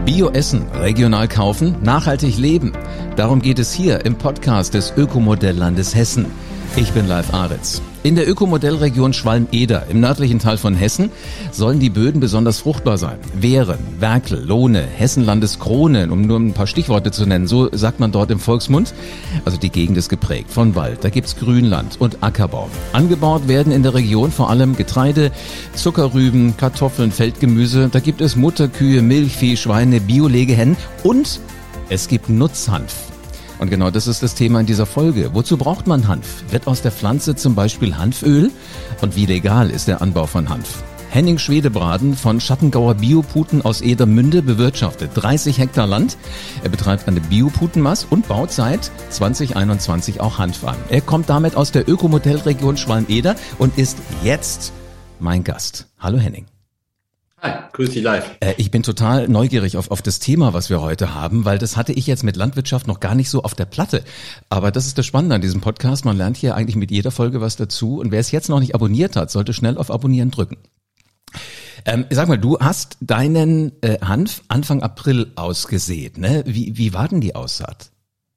Bio-Essen, regional kaufen, nachhaltig leben. Darum geht es hier im Podcast des Ökomodelllandes Hessen. Ich bin Live Aritz. In der Ökomodellregion Schwalm-Eder im nördlichen Teil von Hessen sollen die Böden besonders fruchtbar sein. Wehren, Werkel, Lohne, Hessenlandeskronen, um nur ein paar Stichworte zu nennen, so sagt man dort im Volksmund. Also die Gegend ist geprägt von Wald, da gibt's Grünland und Ackerbau. Angebaut werden in der Region vor allem Getreide, Zuckerrüben, Kartoffeln, Feldgemüse. Da gibt es Mutterkühe, Milchvieh, Schweine, Biolegehennen und es gibt Nutzhanf. Und genau das ist das Thema in dieser Folge. Wozu braucht man Hanf? Wird aus der Pflanze zum Beispiel Hanföl? Und wie legal ist der Anbau von Hanf? Henning Schwedebraden von Schattengauer Bioputen aus Edermünde bewirtschaftet 30 Hektar Land. Er betreibt eine Bioputenmast und baut seit 2021 auch Hanf an. Er kommt damit aus der Ökomodellregion Schwalm-Eder und ist jetzt mein Gast. Hallo Henning. Hi, grüß dich live. Ich bin total neugierig auf das Thema, was wir heute haben, weil das hatte ich jetzt mit Landwirtschaft noch gar nicht so auf der Platte. Aber das ist das Spannende an diesem Podcast. Man lernt hier eigentlich mit jeder Folge was dazu. Und wer es jetzt noch nicht abonniert hat, sollte schnell auf Abonnieren drücken. Sag mal, du hast deinen Hanf Anfang April ausgesät, ne? Wie war denn die Aussaat?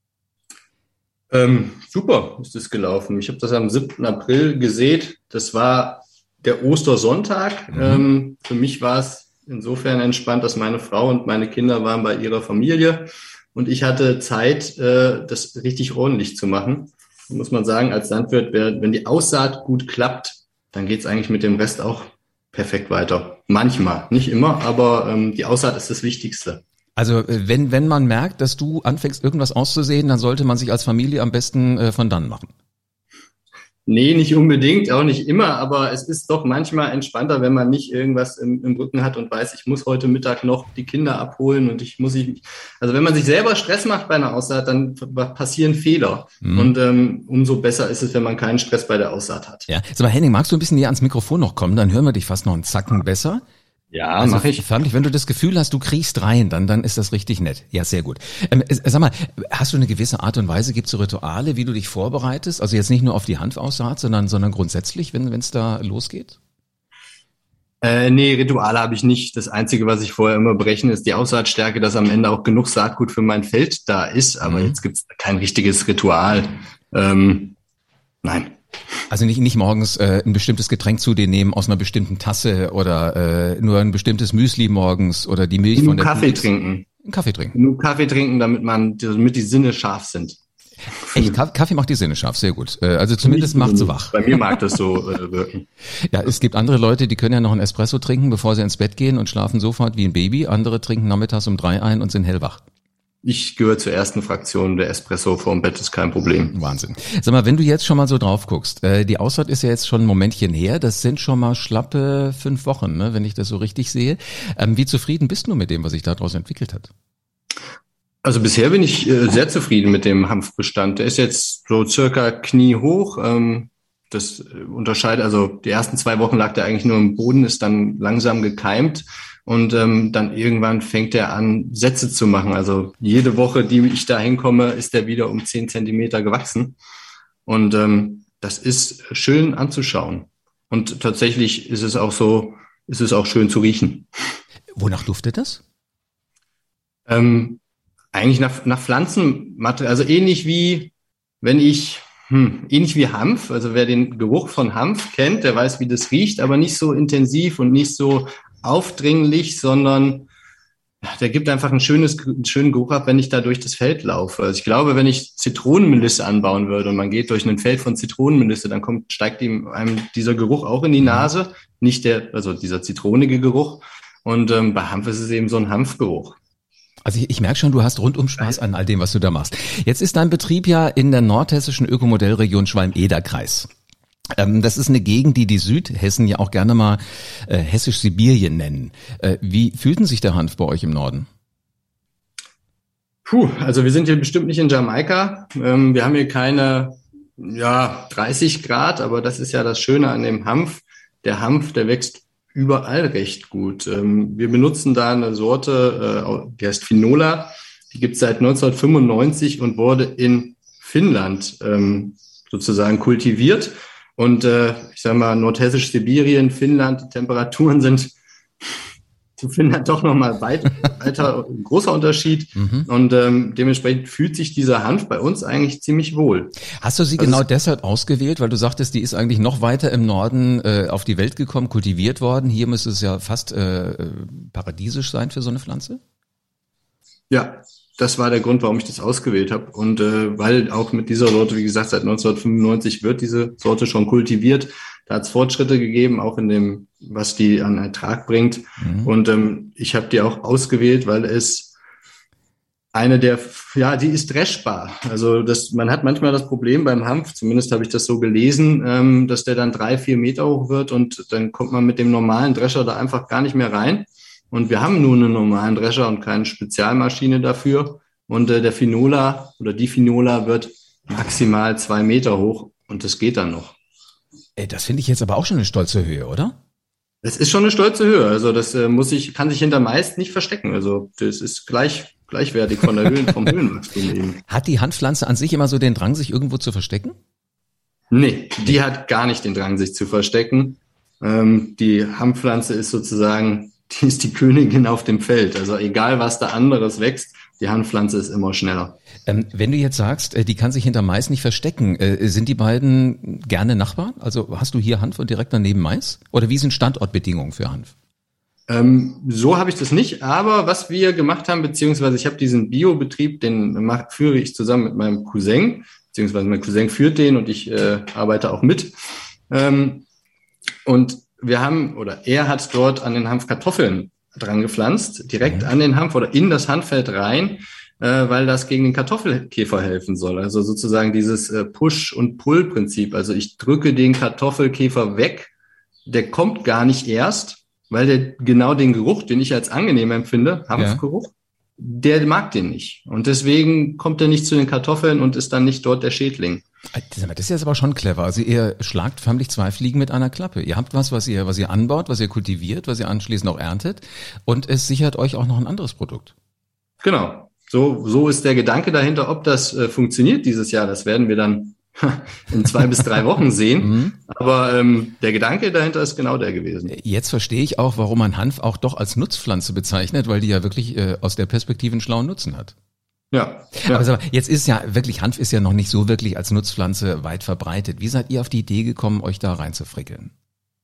Super ist es gelaufen. Ich habe das am 7. April gesät. Das war der Ostersonntag. Für mich war es insofern entspannt, dass meine Frau und meine Kinder waren bei ihrer Familie und ich hatte Zeit, das richtig ordentlich zu machen. Da muss man sagen, als Landwirt, wenn die Aussaat gut klappt, dann geht's eigentlich mit dem Rest auch perfekt weiter. Manchmal, nicht immer, aber die Aussaat ist das Wichtigste. Also wenn man merkt, dass du anfängst, irgendwas auszusehen, dann sollte man sich als Familie am besten von dann machen. Nee, nicht unbedingt, auch nicht immer, aber es ist doch manchmal entspannter, wenn man nicht irgendwas im Rücken hat und weiß, ich muss heute Mittag noch die Kinder abholen und also wenn man sich selber Stress macht bei einer Aussaat, dann passieren Fehler. Und umso besser ist es, wenn man keinen Stress bei der Aussaat hat. Ja, sag mal Henning, magst du ein bisschen näher ans Mikrofon noch kommen, dann hören wir dich fast noch einen Zacken besser. Ja, also mache ich. Förmlich, wenn du das Gefühl hast, du kriechst rein, dann ist das richtig nett. Ja, sehr gut. Sag mal, hast du eine gewisse Art und Weise, gibt es so Rituale, wie du dich vorbereitest? Also jetzt nicht nur auf die Hanfaussaat, sondern grundsätzlich, wenn es da losgeht? Nee, Rituale habe ich nicht. Das Einzige, was ich vorher immer berechne, ist die Aussaatstärke, dass am Ende auch genug Saatgut für mein Feld da ist. Aber jetzt gibt's kein richtiges Ritual. Nein. Also nicht morgens ein bestimmtes Getränk zu dir nehmen aus einer bestimmten Tasse oder nur ein bestimmtes Müsli morgens oder die Milch von der Kaffee trinken. Kaffee trinken. Nur Kaffee trinken, damit die Sinne scharf sind. Echt, Kaffee macht die Sinne scharf, sehr gut. Also zumindest macht's wach. Bei mir mag das so wirken. Ja, es gibt andere Leute, die können ja noch einen Espresso trinken, bevor sie ins Bett gehen und schlafen sofort wie ein Baby. Andere trinken nachmittags um 3 ein und sind hellwach. Ich gehöre zur ersten Fraktion, der Espresso vorm Bett ist kein Problem. Wahnsinn. Sag mal, wenn du jetzt schon mal so drauf guckst, die Aussaat ist ja jetzt schon ein Momentchen her, das sind schon mal schlappe 5 Wochen, ne, wenn ich das so richtig sehe. Wie zufrieden bist du mit dem, was sich daraus entwickelt hat? Also bisher bin ich sehr zufrieden mit dem Hanfbestand. Der ist jetzt so circa kniehoch. Das unterscheidet, also die ersten 2 Wochen lag der eigentlich nur im Boden, ist dann langsam gekeimt. Und dann irgendwann fängt er an, Sätze zu machen. Also jede Woche, die ich da hinkomme, ist er wieder um 10 Zentimeter gewachsen. Und das ist schön anzuschauen. Und tatsächlich ist es auch schön zu riechen. Wonach duftet das? Eigentlich nach Pflanzenmaterial. Also ähnlich wie Hanf. Also wer den Geruch von Hanf kennt, der weiß, wie das riecht, aber nicht so intensiv und nicht so aufdringlich, sondern der gibt einfach einen schönen Geruch ab, wenn ich da durch das Feld laufe. Also ich glaube, wenn ich Zitronenmelisse anbauen würde und man geht durch ein Feld von Zitronenmelisse, dann steigt einem dieser Geruch auch in die Nase, nicht dieser zitronige Geruch. Und bei Hanf ist es eben so ein Hanfgeruch. Also ich merke schon, du hast rundum Spaß an all dem, was du da machst. Jetzt ist dein Betrieb ja in der nordhessischen Ökomodellregion Schwalm-Eder-Kreis. Das ist eine Gegend, die Südhessen ja auch gerne mal Hessisch-Sibirien nennen. Wie fühlt denn sich der Hanf bei euch im Norden? Also wir sind hier bestimmt nicht in Jamaika. Wir haben hier keine 30 Grad, aber das ist ja das Schöne an dem Hanf. Der Hanf, der wächst überall recht gut. Wir benutzen da eine Sorte, die heißt Finola. Die gibt es seit 1995 und wurde in Finnland sozusagen kultiviert. Und ich sage mal, Nordhessisch-Sibirien, Finnland, die Temperaturen sind zu finden, doch nochmal weiter großer Unterschied. Und dementsprechend fühlt sich dieser Hanf bei uns eigentlich ziemlich wohl. Hast du sie genau deshalb ausgewählt, weil du sagtest, die ist eigentlich noch weiter im Norden auf die Welt gekommen, kultiviert worden. Hier müsste es ja fast paradiesisch sein für so eine Pflanze? Ja, das war der Grund, warum ich das ausgewählt habe. Und weil auch mit dieser Sorte, wie gesagt, seit 1995 wird diese Sorte schon kultiviert. Da hat es Fortschritte gegeben, auch in dem, was die an Ertrag bringt. Und ich habe die auch ausgewählt, weil es die ist dreschbar. Also man hat manchmal das Problem beim Hanf, zumindest habe ich das so gelesen, dass der dann 3-4 Meter hoch wird und dann kommt man mit dem normalen Drescher da einfach gar nicht mehr rein. Und wir haben nur einen normalen Drescher und keine Spezialmaschine dafür. Und der Finola oder die Finola wird maximal 2 Meter hoch und das geht dann noch. Das finde ich jetzt aber auch schon eine stolze Höhe, oder? Das ist schon eine stolze Höhe. Also das kann sich hinter Mais nicht verstecken. Also das ist gleichwertig von der vom Höhenwachstum eben. Hat die Hanfpflanze an sich immer so den Drang, sich irgendwo zu verstecken? Nee, die hat gar nicht den Drang, sich zu verstecken. Die Hanfpflanze ist sozusagen, die ist die Königin auf dem Feld. Also egal, was da anderes wächst, die Hanfpflanze ist immer schneller. Wenn du jetzt sagst, die kann sich hinter Mais nicht verstecken, sind die beiden gerne Nachbarn? Also hast du hier Hanf und direkt daneben Mais? Oder wie sind Standortbedingungen für Hanf? So habe ich das nicht, aber was wir gemacht haben, beziehungsweise ich habe diesen Biobetrieb, führe ich zusammen mit meinem Cousin, beziehungsweise mein Cousin führt den und ich arbeite auch mit. Und er hat dort an den Hanf Kartoffeln dran gepflanzt, direkt an den Hanf oder in das Hanffeld rein, weil das gegen den Kartoffelkäfer helfen soll. Also sozusagen dieses Push- und Pull-Prinzip. Also ich drücke den Kartoffelkäfer weg, der kommt gar nicht erst, weil der genau den Geruch, den ich als angenehm empfinde, Hanfgeruch, der mag den nicht. Und deswegen kommt er nicht zu den Kartoffeln und ist dann nicht dort der Schädling. Das ist jetzt aber schon clever. Also ihr schlagt förmlich 2 Fliegen mit einer Klappe. Ihr habt was ihr anbaut, was ihr kultiviert, was ihr anschließend auch erntet. Und es sichert euch auch noch ein anderes Produkt. Genau. So ist der Gedanke dahinter. Ob das funktioniert dieses Jahr, das werden wir dann in 2 bis 3 Wochen sehen. Aber der Gedanke dahinter ist genau der gewesen. Jetzt verstehe ich auch, warum man Hanf auch doch als Nutzpflanze bezeichnet, weil die ja wirklich aus der Perspektive einen schlauen Nutzen hat. Ja. Aber jetzt ist ja wirklich, Hanf ist ja noch nicht so wirklich als Nutzpflanze weit verbreitet. Wie seid ihr auf die Idee gekommen, euch da reinzufrickeln?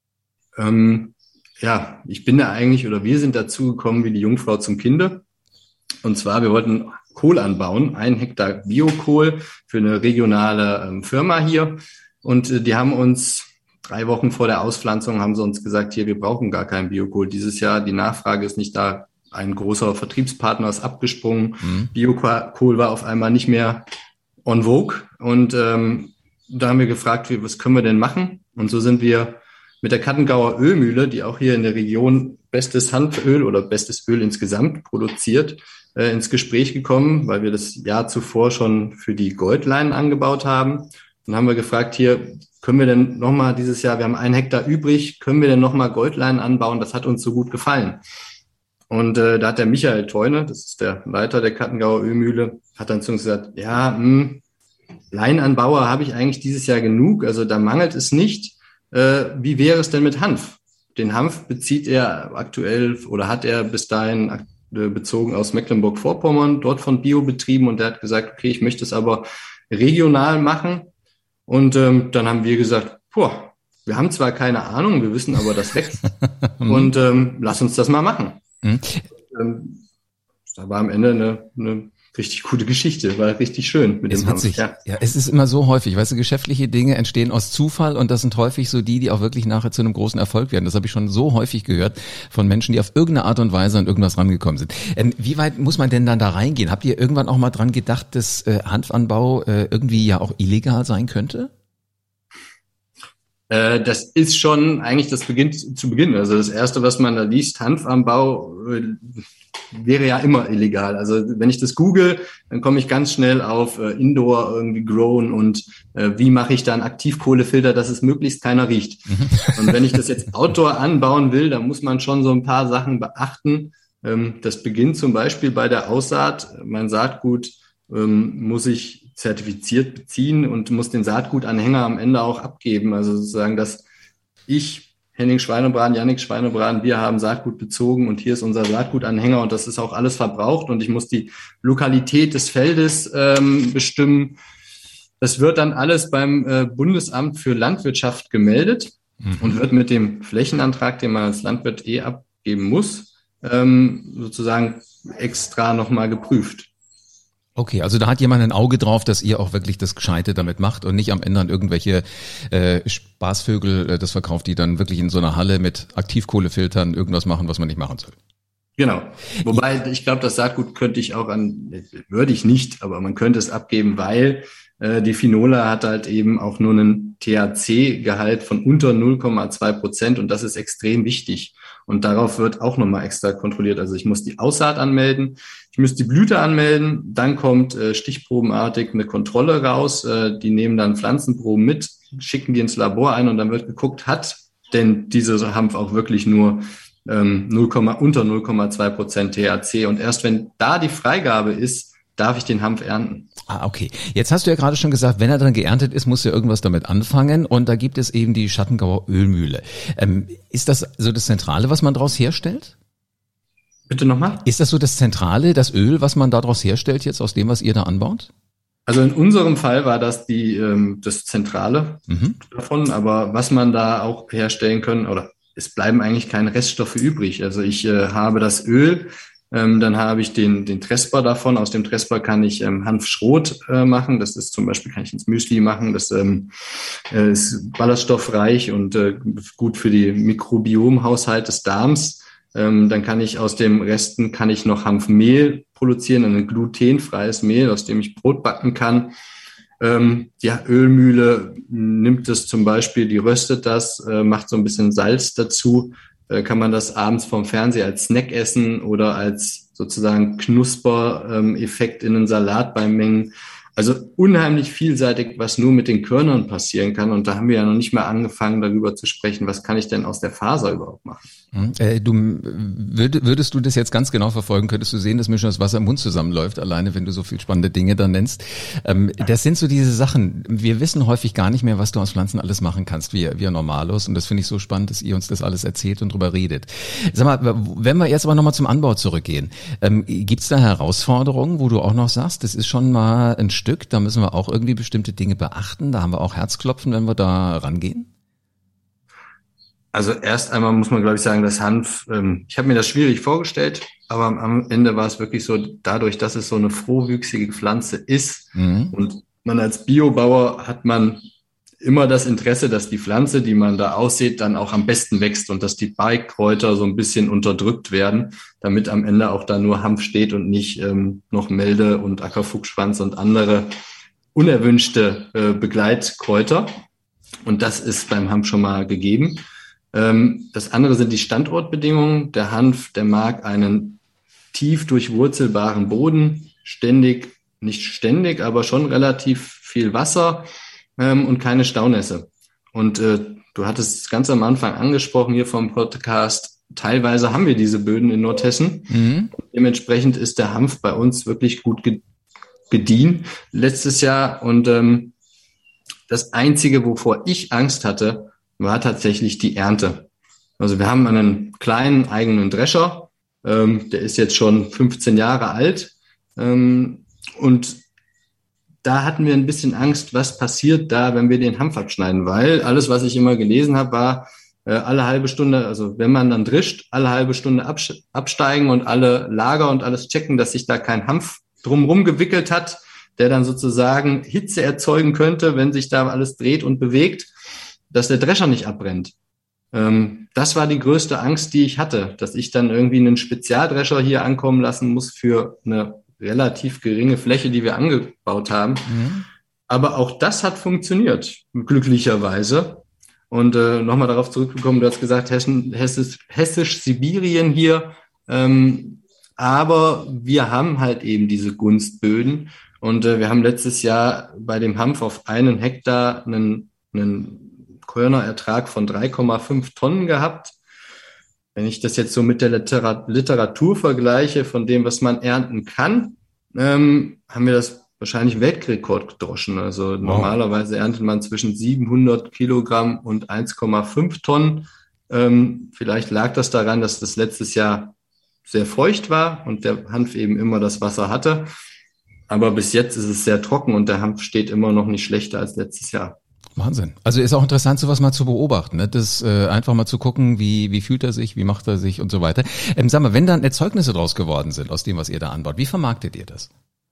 Ich bin da eigentlich, oder wir sind dazu gekommen wie die Jungfrau zum Kinde. Und zwar, wir wollten Kohl anbauen, 1 Hektar Biokohl für eine regionale Firma hier. Und die haben uns 3 Wochen vor der Auspflanzung haben sie uns gesagt, hier, wir brauchen gar keinen Biokohl dieses Jahr. Die Nachfrage ist nicht da. Ein großer Vertriebspartner ist abgesprungen. Biokohl war auf einmal nicht mehr en vogue. Und da haben wir gefragt, was können wir denn machen? Und so sind wir mit der Kattengauer Ölmühle, die auch hier in der Region bestes Hanföl oder bestes Öl insgesamt produziert, ins Gespräch gekommen, weil wir das Jahr zuvor schon für die Goldleinen angebaut haben. Dann haben wir gefragt, hier, können wir denn nochmal dieses Jahr, wir haben 1 Hektar übrig, können wir denn nochmal Goldleinen anbauen? Das hat uns so gut gefallen. Und da hat der Michael Theune, das ist der Leiter der Kattengauer Ölmühle, hat dann zu uns gesagt, Leinenanbauer habe ich eigentlich dieses Jahr genug, also da mangelt es nicht. Wie wäre es denn mit Hanf? Den Hanf bezieht er aktuell oder hat er bis dahin bezogen aus Mecklenburg-Vorpommern, dort von Biobetrieben, und der hat gesagt, okay, ich möchte es aber regional machen. Und dann haben wir gesagt, wir haben zwar keine Ahnung, wir wissen aber, das wächst und lass uns das mal machen. Da war am Ende eine richtig gute Geschichte, war richtig schön mit dem Hanf. Ja, es ist immer so häufig, weißt du, geschäftliche Dinge entstehen aus Zufall und das sind häufig so die auch wirklich nachher zu einem großen Erfolg werden. Das habe ich schon so häufig gehört von Menschen, die auf irgendeine Art und Weise an irgendwas rangekommen sind. Wie weit muss man denn dann da reingehen? Habt ihr irgendwann auch mal dran gedacht, dass Hanfanbau irgendwie ja auch illegal sein könnte? Das ist schon eigentlich zu Beginn. Also das Erste, was man da liest, Hanfanbau wäre ja immer illegal. Also wenn ich das google, dann komme ich ganz schnell auf Indoor irgendwie grown und wie mache ich da einen Aktivkohlefilter, dass es möglichst keiner riecht. Und wenn ich das jetzt Outdoor anbauen will, dann muss man schon so ein paar Sachen beachten. Das beginnt zum Beispiel bei der Aussaat. Mein Saatgut muss ich zertifiziert beziehen und muss den Saatgutanhänger am Ende auch abgeben. Also sozusagen, dass ich Henning Schweinebraten, Jannik Schweinebraten, wir haben Saatgut bezogen und hier ist unser Saatgutanhänger und das ist auch alles verbraucht und ich muss die Lokalität des Feldes bestimmen. Das wird dann alles beim Bundesamt für Landwirtschaft gemeldet und wird mit dem Flächenantrag, den man als Landwirt abgeben muss, sozusagen extra nochmal geprüft. Okay, also da hat jemand ein Auge drauf, dass ihr auch wirklich das Gescheite damit macht und nicht am Ende an irgendwelche Spaßvögel das verkauft, die dann wirklich in so einer Halle mit Aktivkohlefiltern irgendwas machen, was man nicht machen soll. Genau. Wobei, ich glaube, das Saatgut könnte ich auch würde ich nicht, aber man könnte es abgeben, weil die Finola hat halt eben auch nur einen THC-Gehalt von unter 0,2% und das ist extrem wichtig. Und darauf wird auch nochmal extra kontrolliert. Also ich muss die Aussaat anmelden, ich muss die Blüte anmelden, dann kommt stichprobenartig eine Kontrolle raus. Die nehmen dann Pflanzenproben mit, schicken die ins Labor ein und dann wird geguckt, hat denn diese Hanf auch wirklich nur unter 0,2% THC. Und erst wenn da die Freigabe ist, darf ich den Hanf ernten. Ah, okay. Jetzt hast du ja gerade schon gesagt, wenn er dann geerntet ist, muss er irgendwas damit anfangen und da gibt es eben die Schattengauer Ölmühle. Ist das so das Zentrale, was man daraus herstellt? Bitte nochmal? Ist das so das Zentrale, das Öl, was man daraus herstellt jetzt aus dem, was ihr da anbaut? Also in unserem Fall war das das Zentrale davon, aber was man da auch herstellen können, oder es bleiben eigentlich keine Reststoffe übrig. Also ich habe das Öl, dann habe ich den Tresper davon. Aus dem Tresper kann ich Hanfschrot machen. Das ist zum Beispiel, kann ich ins Müsli machen. Das ist ballaststoffreich und gut für die Mikrobiomhaushalt des Darms. Dann kann ich aus dem Resten noch Hanfmehl produzieren, ein glutenfreies Mehl, aus dem ich Brot backen kann. Ölmühle nimmt es zum Beispiel, die röstet das, macht so ein bisschen Salz dazu. Kann man das abends vom Fernseher als Snack essen oder als sozusagen Knusper-Effekt in einen Salat beim Mengen. Also unheimlich vielseitig, was nur mit den Körnern passieren kann. Und da haben wir ja noch nicht mal angefangen, darüber zu sprechen, was kann ich denn aus der Faser überhaupt machen. Würdest du das jetzt ganz genau verfolgen, könntest du sehen, dass mir schon das Wasser im Mund zusammenläuft, alleine wenn du so viel spannende Dinge dann nennst. Das sind so diese Sachen, wir wissen häufig gar nicht mehr, was du aus Pflanzen alles machen kannst, wir Normalos. Und das finde ich so spannend, dass ihr uns das alles erzählt und drüber redet. Sag mal, wenn wir jetzt aber nochmal zum Anbau zurückgehen, gibt es da Herausforderungen, wo du auch noch sagst, das ist schon mal ein Stück, da müssen wir auch irgendwie bestimmte Dinge beachten, da haben wir auch Herzklopfen, wenn wir da rangehen? Also erst einmal muss man, glaube ich, sagen, dass Hanf, ich habe mir das schwierig vorgestellt, aber am Ende war es wirklich so, dadurch, dass es so eine frohwüchsige Pflanze ist und man als Biobauer hat man immer das Interesse, dass die Pflanze, die man da aussät, dann auch am besten wächst und dass die Beikräuter so ein bisschen unterdrückt werden, damit am Ende auch da nur Hanf steht und nicht noch Melde und Ackerfuchsschwanz und andere unerwünschte Begleitkräuter. Und das ist beim Hanf schon mal gegeben. Das andere sind die Standortbedingungen. Der Hanf, der mag einen tief durchwurzelbaren Boden, nicht ständig, aber schon relativ viel Wasser und keine Staunässe. Und du hattest es ganz am Anfang angesprochen hier vom Podcast, teilweise haben wir diese Böden in Nordhessen. Dementsprechend ist der Hanf bei uns wirklich gut gediehen letztes Jahr. Und das Einzige, wovor ich Angst hatte, war tatsächlich die Ernte. Also wir haben einen kleinen eigenen Drescher, der ist jetzt schon 15 Jahre alt und da hatten wir ein bisschen Angst, was passiert da, wenn wir den Hanf abschneiden, weil alles, was ich immer gelesen habe, war alle halbe Stunde, also wenn man dann drischt, alle halbe Stunde absteigen und alle Lager und alles checken, dass sich da kein Hanf drumherum gewickelt hat, der dann sozusagen Hitze erzeugen könnte, wenn sich da alles dreht und bewegt, dass der Drescher nicht abbrennt. Das war die größte Angst, die ich hatte, dass ich dann irgendwie einen Spezialdrescher hier ankommen lassen muss für eine relativ geringe Fläche, die wir angebaut haben. Aber auch das hat funktioniert, glücklicherweise. Und nochmal darauf zurückgekommen, du hast gesagt, Hessisch-Sibirien hier. Aber wir haben halt eben diese Gunstböden. Und wir haben letztes Jahr bei dem Hanf auf 1 Hektar einen Körnerertrag von 3,5 Tonnen gehabt. Wenn ich das jetzt so mit der Literatur vergleiche, von dem, was man ernten kann, haben wir das wahrscheinlich Weltrekord gedroschen. Also Normalerweise erntet man zwischen 700 Kilogramm und 1,5 Tonnen. Vielleicht lag das daran, dass das letztes Jahr sehr feucht war und der Hanf eben immer das Wasser hatte. Aber bis jetzt ist es sehr trocken und der Hanf steht immer noch nicht schlechter als letztes Jahr. Wahnsinn. Also ist auch interessant, sowas mal zu beobachten, ne? Das einfach mal zu gucken, wie fühlt er sich, wie macht er sich und so weiter. Sag mal, wenn dann Erzeugnisse draus geworden sind aus dem, was ihr da anbaut, wie vermarktet ihr das?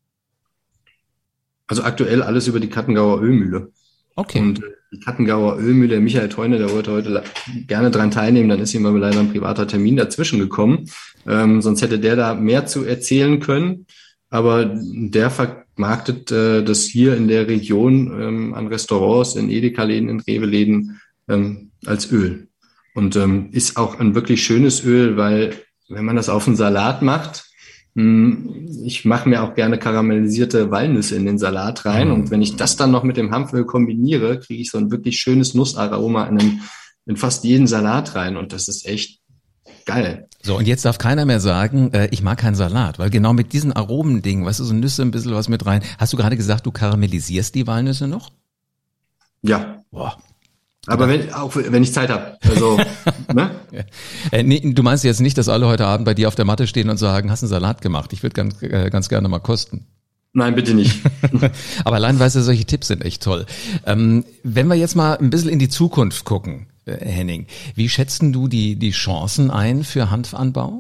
Also aktuell alles über die Kattengauer Ölmühle. Okay. Und die Kattengauer Ölmühle, der Michael Theune, der wollte heute gerne dran teilnehmen, dann ist ihm aber leider ein privater Termin dazwischen gekommen. Sonst hätte der da mehr zu erzählen können. Aber der vermarktet das hier in der Region an Restaurants, in Edeka-Läden, in Rewe-Läden als Öl. Und ist auch ein wirklich schönes Öl, weil wenn man das auf einen Salat macht, ich mache mir auch gerne karamellisierte Walnüsse in den Salat rein. Und wenn ich das dann noch mit dem Hanföl kombiniere, kriege ich so ein wirklich schönes Nussaroma in fast jeden Salat rein. Und das ist echt geil. So, und jetzt darf keiner mehr sagen, ich mag keinen Salat, weil genau mit diesen Aromendingen, weißt du, so Nüsse, ein bisschen was mit rein. Hast du gerade gesagt, du karamellisierst die Walnüsse noch? Ja. Boah. Aber wenn ich Zeit habe. Also, ne? Nee, du meinst jetzt nicht, dass alle heute Abend bei dir auf der Matte stehen und sagen, hast einen Salat gemacht? Ich würde ganz gerne mal kosten. Nein, bitte nicht. Aber allein, weißt du, solche Tipps sind echt toll. Wenn wir jetzt mal ein bisschen in die Zukunft gucken, Henning, wie schätzen du die Chancen ein für Hanfanbau?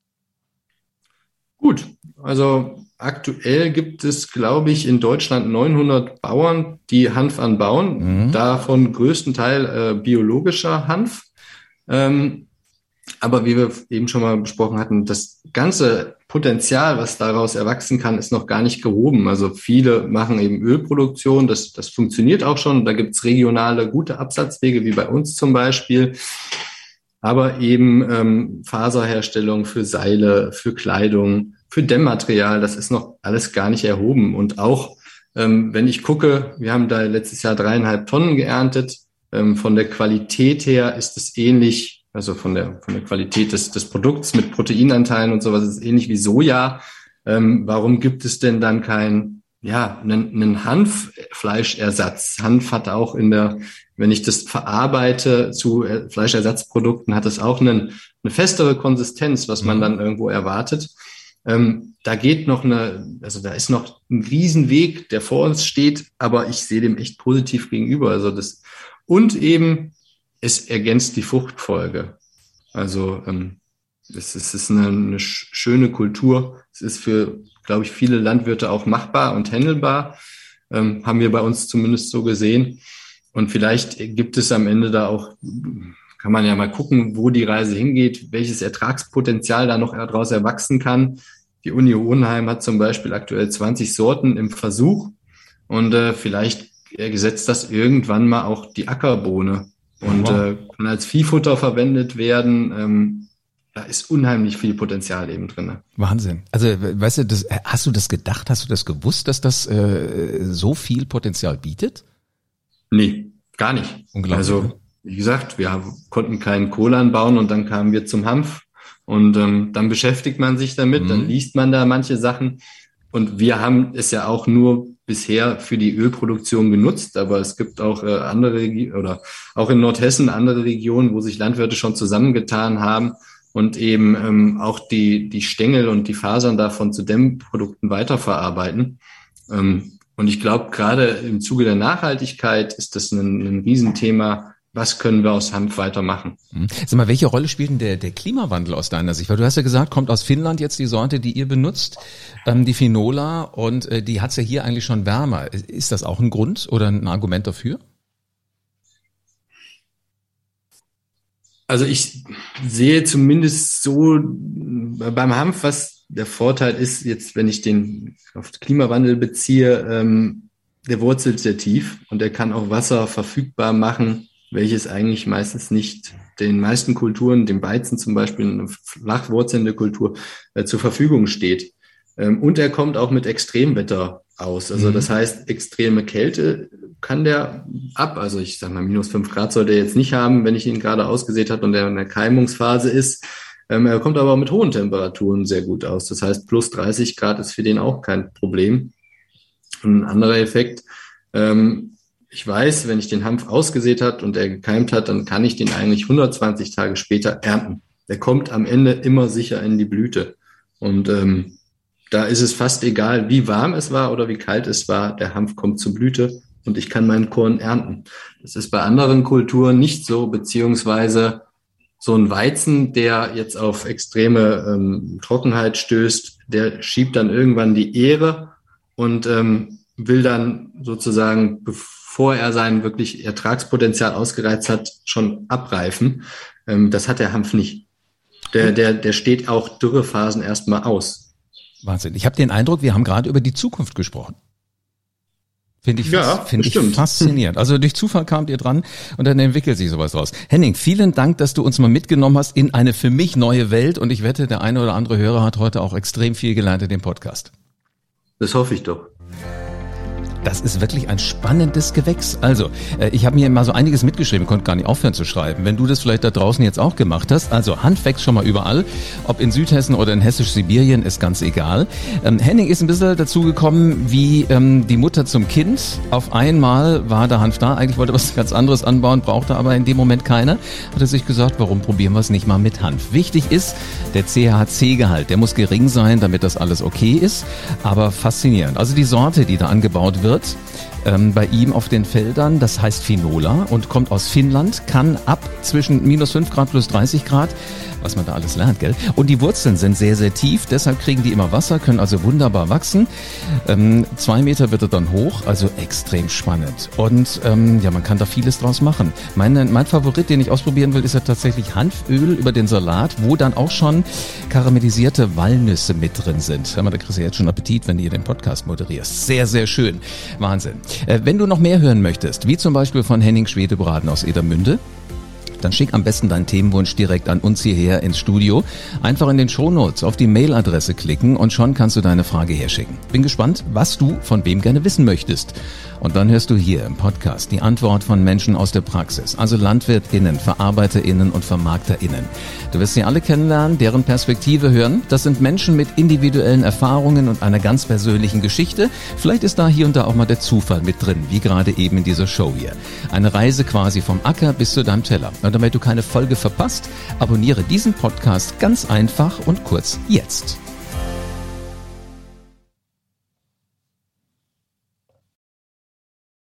Gut, also aktuell gibt es, glaube ich, in Deutschland 900 Bauern, die Hanf anbauen, davon größten Teil biologischer Hanf. Aber wie wir eben schon mal besprochen hatten, das ganze Potenzial, was daraus erwachsen kann, ist noch gar nicht gehoben. Also viele machen eben Ölproduktion, das funktioniert auch schon. Da gibt's regionale gute Absatzwege, wie bei uns zum Beispiel. Aber eben Faserherstellung für Seile, für Kleidung, für Dämmmaterial, das ist noch alles gar nicht erhoben. Und auch, wenn ich gucke, wir haben da letztes Jahr 3,5 Tonnen geerntet. Von der Qualität her ist es ähnlich, also von der Qualität des Produkts mit Proteinanteilen und sowas ist es ähnlich wie Soja. Warum gibt es denn dann einen Hanffleischersatz? Hanf hat auch wenn ich das verarbeite zu Fleischersatzprodukten, hat es auch eine festere Konsistenz, was man dann irgendwo erwartet. Da ist noch ein Riesenweg, der vor uns steht, aber ich sehe dem echt positiv gegenüber. Und eben, es ergänzt die Fruchtfolge. Also, es ist eine schöne Kultur. Es ist für, glaube ich, viele Landwirte auch machbar und handelbar. Haben wir bei uns zumindest so gesehen. Und vielleicht gibt es am Ende da auch, kann man ja mal gucken, wo die Reise hingeht, welches Ertragspotenzial da noch daraus erwachsen kann. Die Uni Hohenheim hat zum Beispiel aktuell 20 Sorten im Versuch und vielleicht setzt das irgendwann mal auch die Ackerbohne und kann als Viehfutter verwendet werden. Da ist unheimlich viel Potenzial eben drin. Wahnsinn. Also, weißt du, hast du das gedacht, hast du das gewusst, dass das so viel Potenzial bietet? Nee, gar nicht. Unglaublich. Also, wie gesagt, wir konnten keinen Kohle anbauen und dann kamen wir zum Hanf. Und dann beschäftigt man sich damit, dann liest man da manche Sachen. Und wir haben es ja auch nur bisher für die Ölproduktion genutzt, aber es gibt auch oder auch in Nordhessen andere Regionen, wo sich Landwirte schon zusammengetan haben und eben auch die Stängel und die Fasern davon zu Dämmprodukten weiterverarbeiten. Und ich glaube, gerade im Zuge der Nachhaltigkeit ist das ein Riesenthema. Was können wir aus Hanf weitermachen? Sag mal, welche Rolle spielt denn der Klimawandel aus deiner Sicht? Weil du hast ja gesagt, kommt aus Finnland jetzt die Sorte, die ihr benutzt, die Finola, und die hat's ja hier eigentlich schon wärmer. Ist das auch ein Grund oder ein Argument dafür? Also ich sehe zumindest so beim Hanf, was der Vorteil ist, jetzt wenn ich den auf Klimawandel beziehe, der wurzelt sehr tief und er kann auch Wasser verfügbar machen, welches eigentlich meistens nicht den meisten Kulturen, dem Weizen zum Beispiel, eine flach wurzelnde Kultur, zur Verfügung steht. Und er kommt auch mit Extremwetter aus. Also das heißt, extreme Kälte kann der ab. Also ich sag mal, -5 Grad sollte er jetzt nicht haben, wenn ich ihn gerade ausgesät habe und er in der Keimungsphase ist. Er kommt aber auch mit hohen Temperaturen sehr gut aus. Das heißt, +30 Grad ist für den auch kein Problem. Ein anderer Effekt Ich weiß, wenn ich den Hanf ausgesät hat und er gekeimt hat, dann kann ich den eigentlich 120 Tage später ernten. Der kommt am Ende immer sicher in die Blüte. Und da ist es fast egal, wie warm es war oder wie kalt es war. Der Hanf kommt zur Blüte und ich kann meinen Korn ernten. Das ist bei anderen Kulturen nicht so, beziehungsweise so ein Weizen, der jetzt auf extreme Trockenheit stößt, der schiebt dann irgendwann die Ähre und will dann sozusagen, bevor er sein wirklich Ertragspotenzial ausgereizt hat, schon abreifen. Das hat der Hanf nicht. Der steht auch Dürrephasen erstmal aus. Wahnsinn. Ich habe den Eindruck, wir haben gerade über die Zukunft gesprochen. Finde ich faszinierend. Also durch Zufall kamt ihr dran und dann entwickelt sich sowas raus. Henning, vielen Dank, dass du uns mal mitgenommen hast in eine für mich neue Welt und ich wette, der eine oder andere Hörer hat heute auch extrem viel gelernt in dem Podcast. Das hoffe ich doch. Das ist wirklich ein spannendes Gewächs. Also, ich habe mir mal so einiges mitgeschrieben, konnte gar nicht aufhören zu schreiben. Wenn du das vielleicht da draußen jetzt auch gemacht hast, also Hanf wächst schon mal überall, ob in Südhessen oder in Hessisch-Sibirien, ist ganz egal. Henning ist ein bisschen dazu gekommen wie die Mutter zum Kind. Auf einmal war der Hanf da, eigentlich wollte er was ganz anderes anbauen, brauchte aber in dem Moment keiner. Hat er sich gesagt, warum probieren wir es nicht mal mit Hanf? Wichtig ist der CHC-Gehalt, der muss gering sein, damit das alles okay ist, aber faszinierend. Also die Sorte, die da angebaut wird, bei ihm auf den Feldern, das heißt Finola und kommt aus Finnland, kann ab zwischen minus 5 Grad plus 30 Grad, was man da alles lernt, gell? Und die Wurzeln sind sehr, sehr tief, deshalb kriegen die immer Wasser, können also wunderbar wachsen. 2 Meter wird er dann hoch, also extrem spannend. Und ja, man kann da vieles draus machen. Mein Favorit, den ich ausprobieren will, ist ja tatsächlich Hanföl über den Salat, wo dann auch schon karamellisierte Walnüsse mit drin sind. Da kriegst du jetzt schon Appetit, wenn du hier den Podcast moderierst. Sehr, sehr schön. Wahnsinn. Wenn du noch mehr hören möchtest, wie zum Beispiel von Henning Schwedebraten aus Edermünde, dann schick am besten deinen Themenwunsch direkt an uns hierher ins Studio. Einfach in den Shownotes auf die Mailadresse klicken und schon kannst du deine Frage herschicken. Bin gespannt, was du von wem gerne wissen möchtest. Und dann hörst du hier im Podcast die Antwort von Menschen aus der Praxis, also LandwirtInnen, VerarbeiterInnen und VermarkterInnen. Du wirst sie alle kennenlernen, deren Perspektive hören. Das sind Menschen mit individuellen Erfahrungen und einer ganz persönlichen Geschichte. Vielleicht ist da hier und da auch mal der Zufall mit drin, wie gerade eben in dieser Show hier. Eine Reise quasi vom Acker bis zu deinem Teller. Und damit du keine Folge verpasst, abonniere diesen Podcast ganz einfach und kurz jetzt.